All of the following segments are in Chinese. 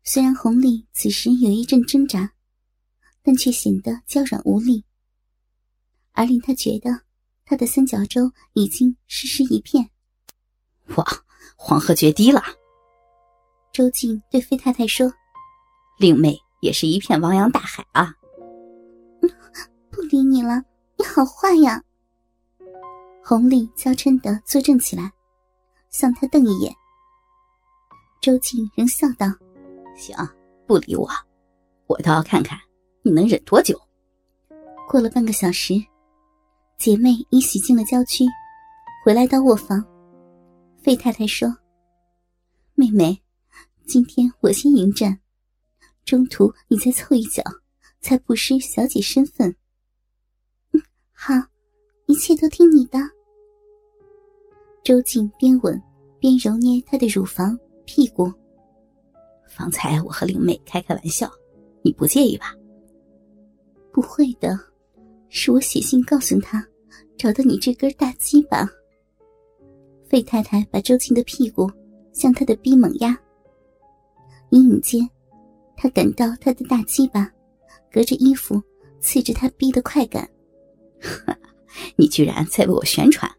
虽然红丽此时有一阵挣扎，但却显得娇软无力，而令他觉得他的三角洲已经湿湿一片。 哇，黄河决堤了。 周静对费太太说， 令妹也是一片汪洋大海啊。 不理你了，你好坏呀。红丽娇嗔地坐正起来，向他瞪一眼。周静仍笑道， 行，不理我，我倒要看看你能忍多久。 过了半个小时，姐妹已洗进了郊区，回来到卧房。费太太说，妹妹，今天我先迎战，中途你再凑一脚，才不失小姐身份。好，一切都听你的。周静边吻边揉捏她的乳房屁股。 方才我和令妹开玩笑，你不介意吧？ 不会的，是我写信告诉他找到你这根大鸡巴。费太太把周静的屁股向他的逼猛压，隐隐间他感到他的大鸡巴隔着衣服刺着他逼的快感。 你居然在为我宣传。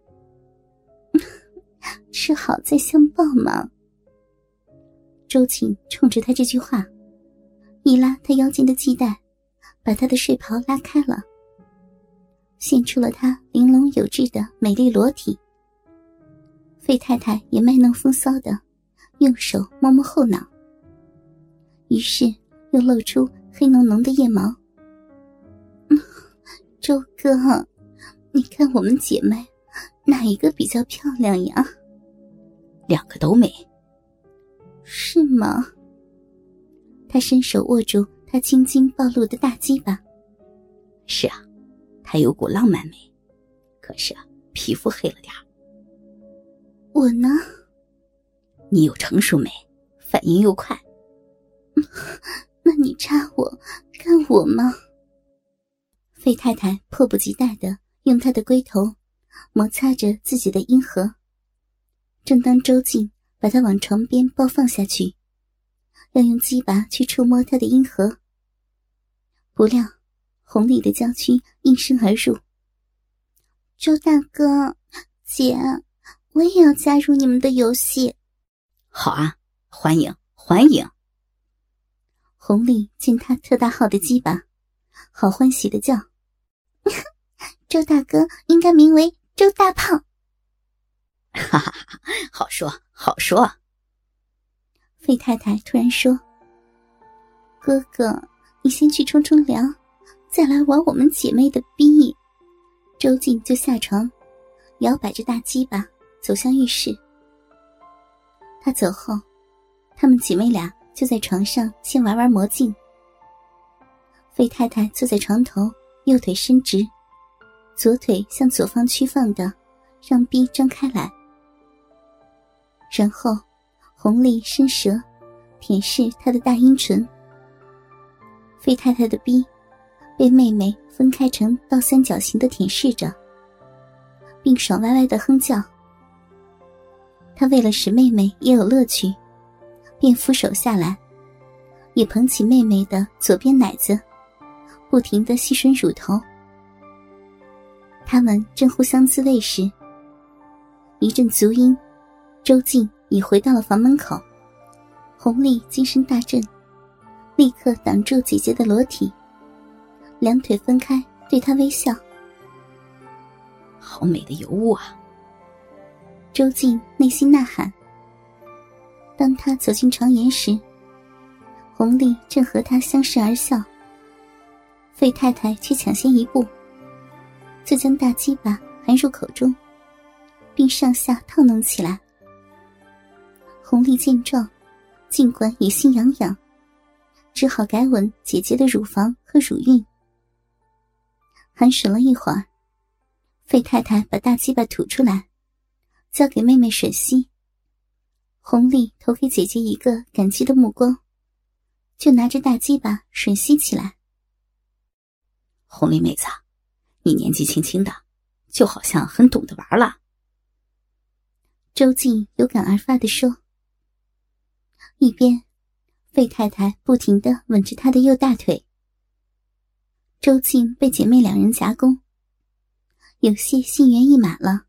吃好再相报嘛。周静冲着他这句话一拉他腰间的系带，把他的睡袍拉开了，现出了他玲珑有致的美丽裸体。费太太也卖弄风骚的用手摸摸后脑，于是又露出黑浓浓的腋毛。周哥，你看我们姐妹哪一个比较漂亮呀？ 两个都美。 是吗？他伸手握住他青筋暴露的大鸡巴。 是啊，她有股浪漫美，可是皮肤黑了点。 我呢？ 你有成熟美，反应又快。 那你插我干我吗？费太太迫不及待地用她的龟头摩擦着自己的阴核。正当周静把她往床边抱放下去，要用鸡巴去触摸她的阴核，不料红丽的娇躯应声而入。周大哥，姐，我也要加入你们的游戏。 好啊，欢迎欢迎。 红丽见他特大号的鸡巴，好欢喜的叫，周大哥应该名为周大炮。 哈哈哈，好说好说。 费太太突然说，哥哥，你先去冲冲凉，再来玩我们姐妹的逼。周静就下床，摇摆着大鸡巴走向浴室。他走后，她们姐妹俩就在床上先玩玩魔镜。费太太坐在床头，右腿伸直，左腿向左方屈放的让逼张开来，然后红丽伸舌舔舐她的大阴唇。费太太的逼被妹妹分开成倒三角形的舔舐着，并爽歪歪地哼叫。她为了使妹妹也有乐趣，便俯首下来，也捧起妹妹的左边奶子，不停地吸吮乳头。他们正互相自慰时，一阵足音，周静已回到了房门口。红丽精神大振，立刻挡住姐姐的裸体，两腿分开对她微笑。 好美的尤物啊！ 周静内心呐喊。当她走进床沿时，红丽正和她相视而笑，费太太却抢先一步，就将大鸡巴含入口中，并上下套弄起来。红丽见状，尽管也心痒痒，只好改吻姐姐的乳房和乳晕。含吮了一会儿，费太太把大鸡巴吐出来，交给妹妹吮吸。红丽投给姐姐一个感激的目光，就拿着大鸡巴吮吸起来。 红丽妹子，你年纪轻轻的，就好像很懂得玩了。 周静有感而发地说，一边费太太不停地吻着她的右大腿。周静被姐妹两人夹攻，有些心猿意马了。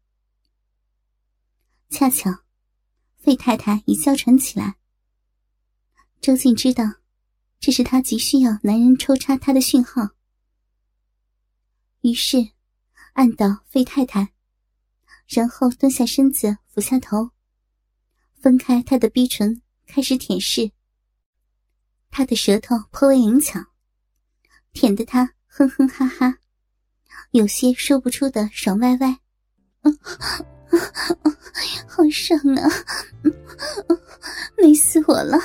恰巧费太太已娇喘起来，周静知道这是她急需要男人抽插她的讯号，于是按倒费太太，然后蹲下身子俯下头，分开她的逼唇开始舔舐。她的舌头颇为灵巧，舔得她哼哼哈哈，有些说不出的爽歪歪。好爽啊，美死我了。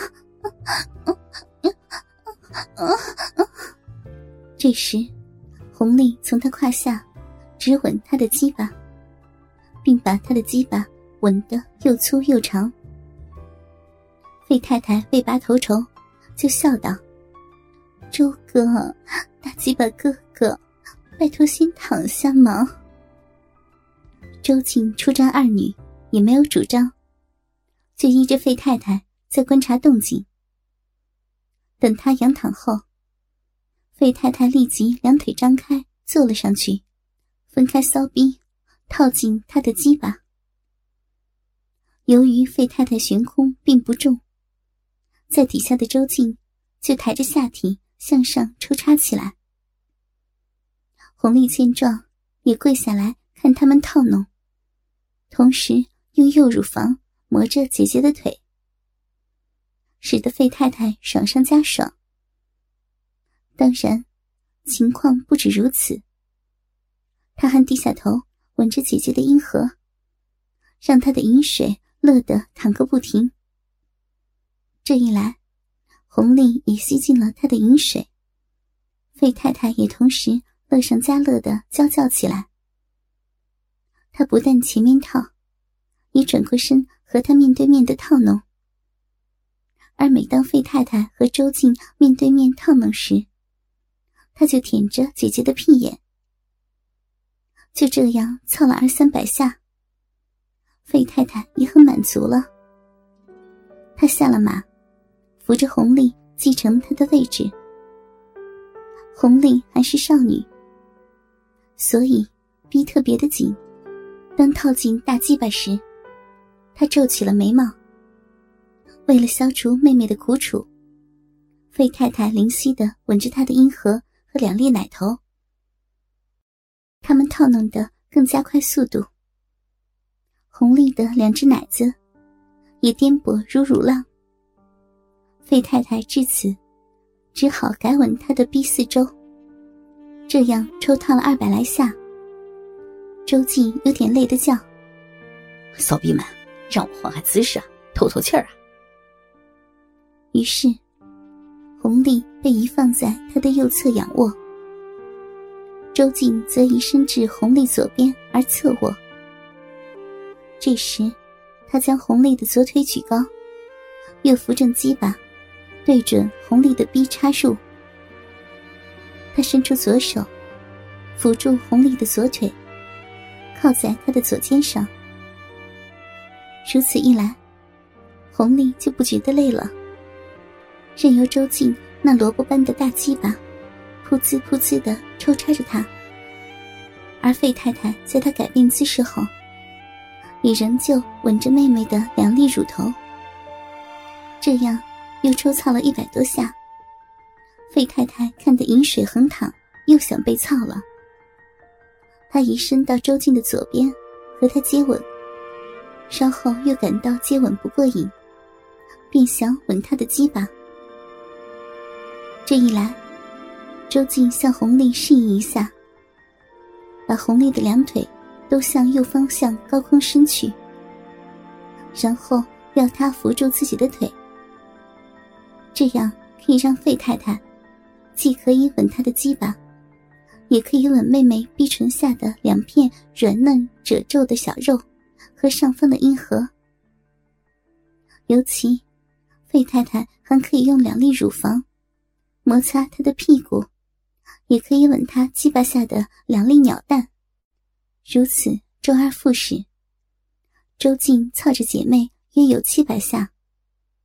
这时红丽从他胯下直吻他的鸡巴，并把他的鸡巴吻得又粗又长。费太太为拔头筹，就笑道：周哥，大鸡巴哥哥，拜托先躺下嘛。周静出战二女也没有主张，就依着费太太在观察动静。等她仰躺后，费太太立即两腿张开坐了上去，分开骚逼套进她的鸡巴。由于费太太悬空并不重，在底下的周静就抬着下体向上抽插起来。红丽见状也跪下来看他们套弄，同时用右乳房磨着姐姐的腿，使得费太太爽上加爽。当然情况不止如此，她还低下头吻着姐姐的阴核，让她的饮水乐得淌个不停。这一来，红丽也吸进了她的饮水，费太太也同时乐上加乐地娇叫起来。她不但前面套，也转过身和她面对面的套弄。而每当费太太和周静面对面套弄时，她就舔着姐姐的屁眼。就这样操了200-300下，费太太也很满足了。她下了马，扶着红丽继承她的位置。红丽还是少女，所以逼特别的紧。当套进大鸡巴时，她皱起了眉毛。为了消除妹妹的苦楚，费太太灵犀地吻着她的阴核和两粒奶头。他们套弄得更加快速度，红丽的两只奶子也颠簸如乳浪。费太太至此只好改吻她的逼四周，这样抽烫了200来下。周静有点累得叫： 骚逼们，让我换下姿势啊，透透气儿啊。 于是红丽被移放在他的右侧仰卧，周静则移身至红丽左边而侧卧。这时他将红丽的左腿举高，又扶正鸡巴对准红丽的逼插入。他伸出左手扶住红丽的左腿，靠在她的左肩上。如此一来，红丽就不觉得累了，任由周静那萝卜般的大鸡巴噗呲噗呲地抽插着她。而费太太在她改变姿势后，也仍旧吻着妹妹的两粒乳头。这样又抽操了100多下，费太太看得饮水横淌，又想被操了。她移身到周静的左边和她接吻，稍后又感到接吻不过瘾，便想吻她的鸡巴。这一来，周静向红丽示意一下，把红丽的两腿都向右方向高空伸去，然后要她扶住自己的腿，这样可以让费太太既可以吻她的鸡巴，也可以吻妹妹逼唇下的2片软嫩褶皱的小肉和上方的阴核。尤其费太太还可以用2粒乳房摩擦她的屁股，也可以吻她鸡巴下的2粒鸟蛋。如此周而复始，周静操着姐妹约有700下，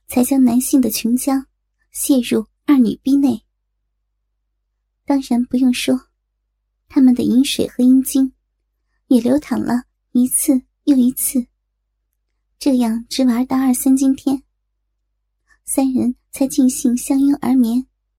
才将男性的琼浆泄入二女逼内。当然不用说，他们的饮水和阴茎也流淌了一次又一次，这样直玩到2、3更天，三人才尽兴相拥而眠。